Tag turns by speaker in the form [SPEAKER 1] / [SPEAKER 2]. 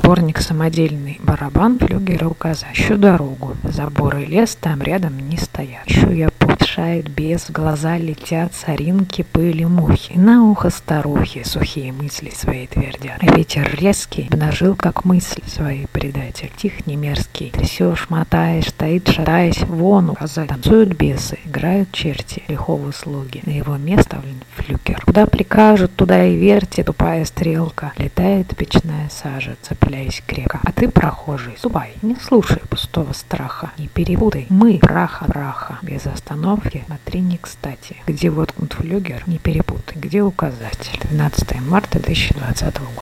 [SPEAKER 1] Сборник самодельный барабан, флюгер и указать. Ищу дорогу, забор и лес там рядом не стоят. Ищу я путь, шает без, в глаза летят соринки, пыли, мухи. На ухо старухи сухие мысли свои твердят. Ветер резкий обнажил, как мысли свои предатель. Тих не мерзкий, трясешь, мотаешь, стоит, шатаясь, вон указать. Танцуют бесы, играют черти, лиховы слуги. На его место флюгер. Куда прикажут, туда и верьте, тупая стрелка. Летает печная сажа, цепляясь крепко. А ты, прохожий, ступай, не слушай пустого страха. Не перепутай, мы праха. Без остановки, смотри не кстати. Где воткнут флюгер, не перепутай. Где указатель? 12 марта 2020 года.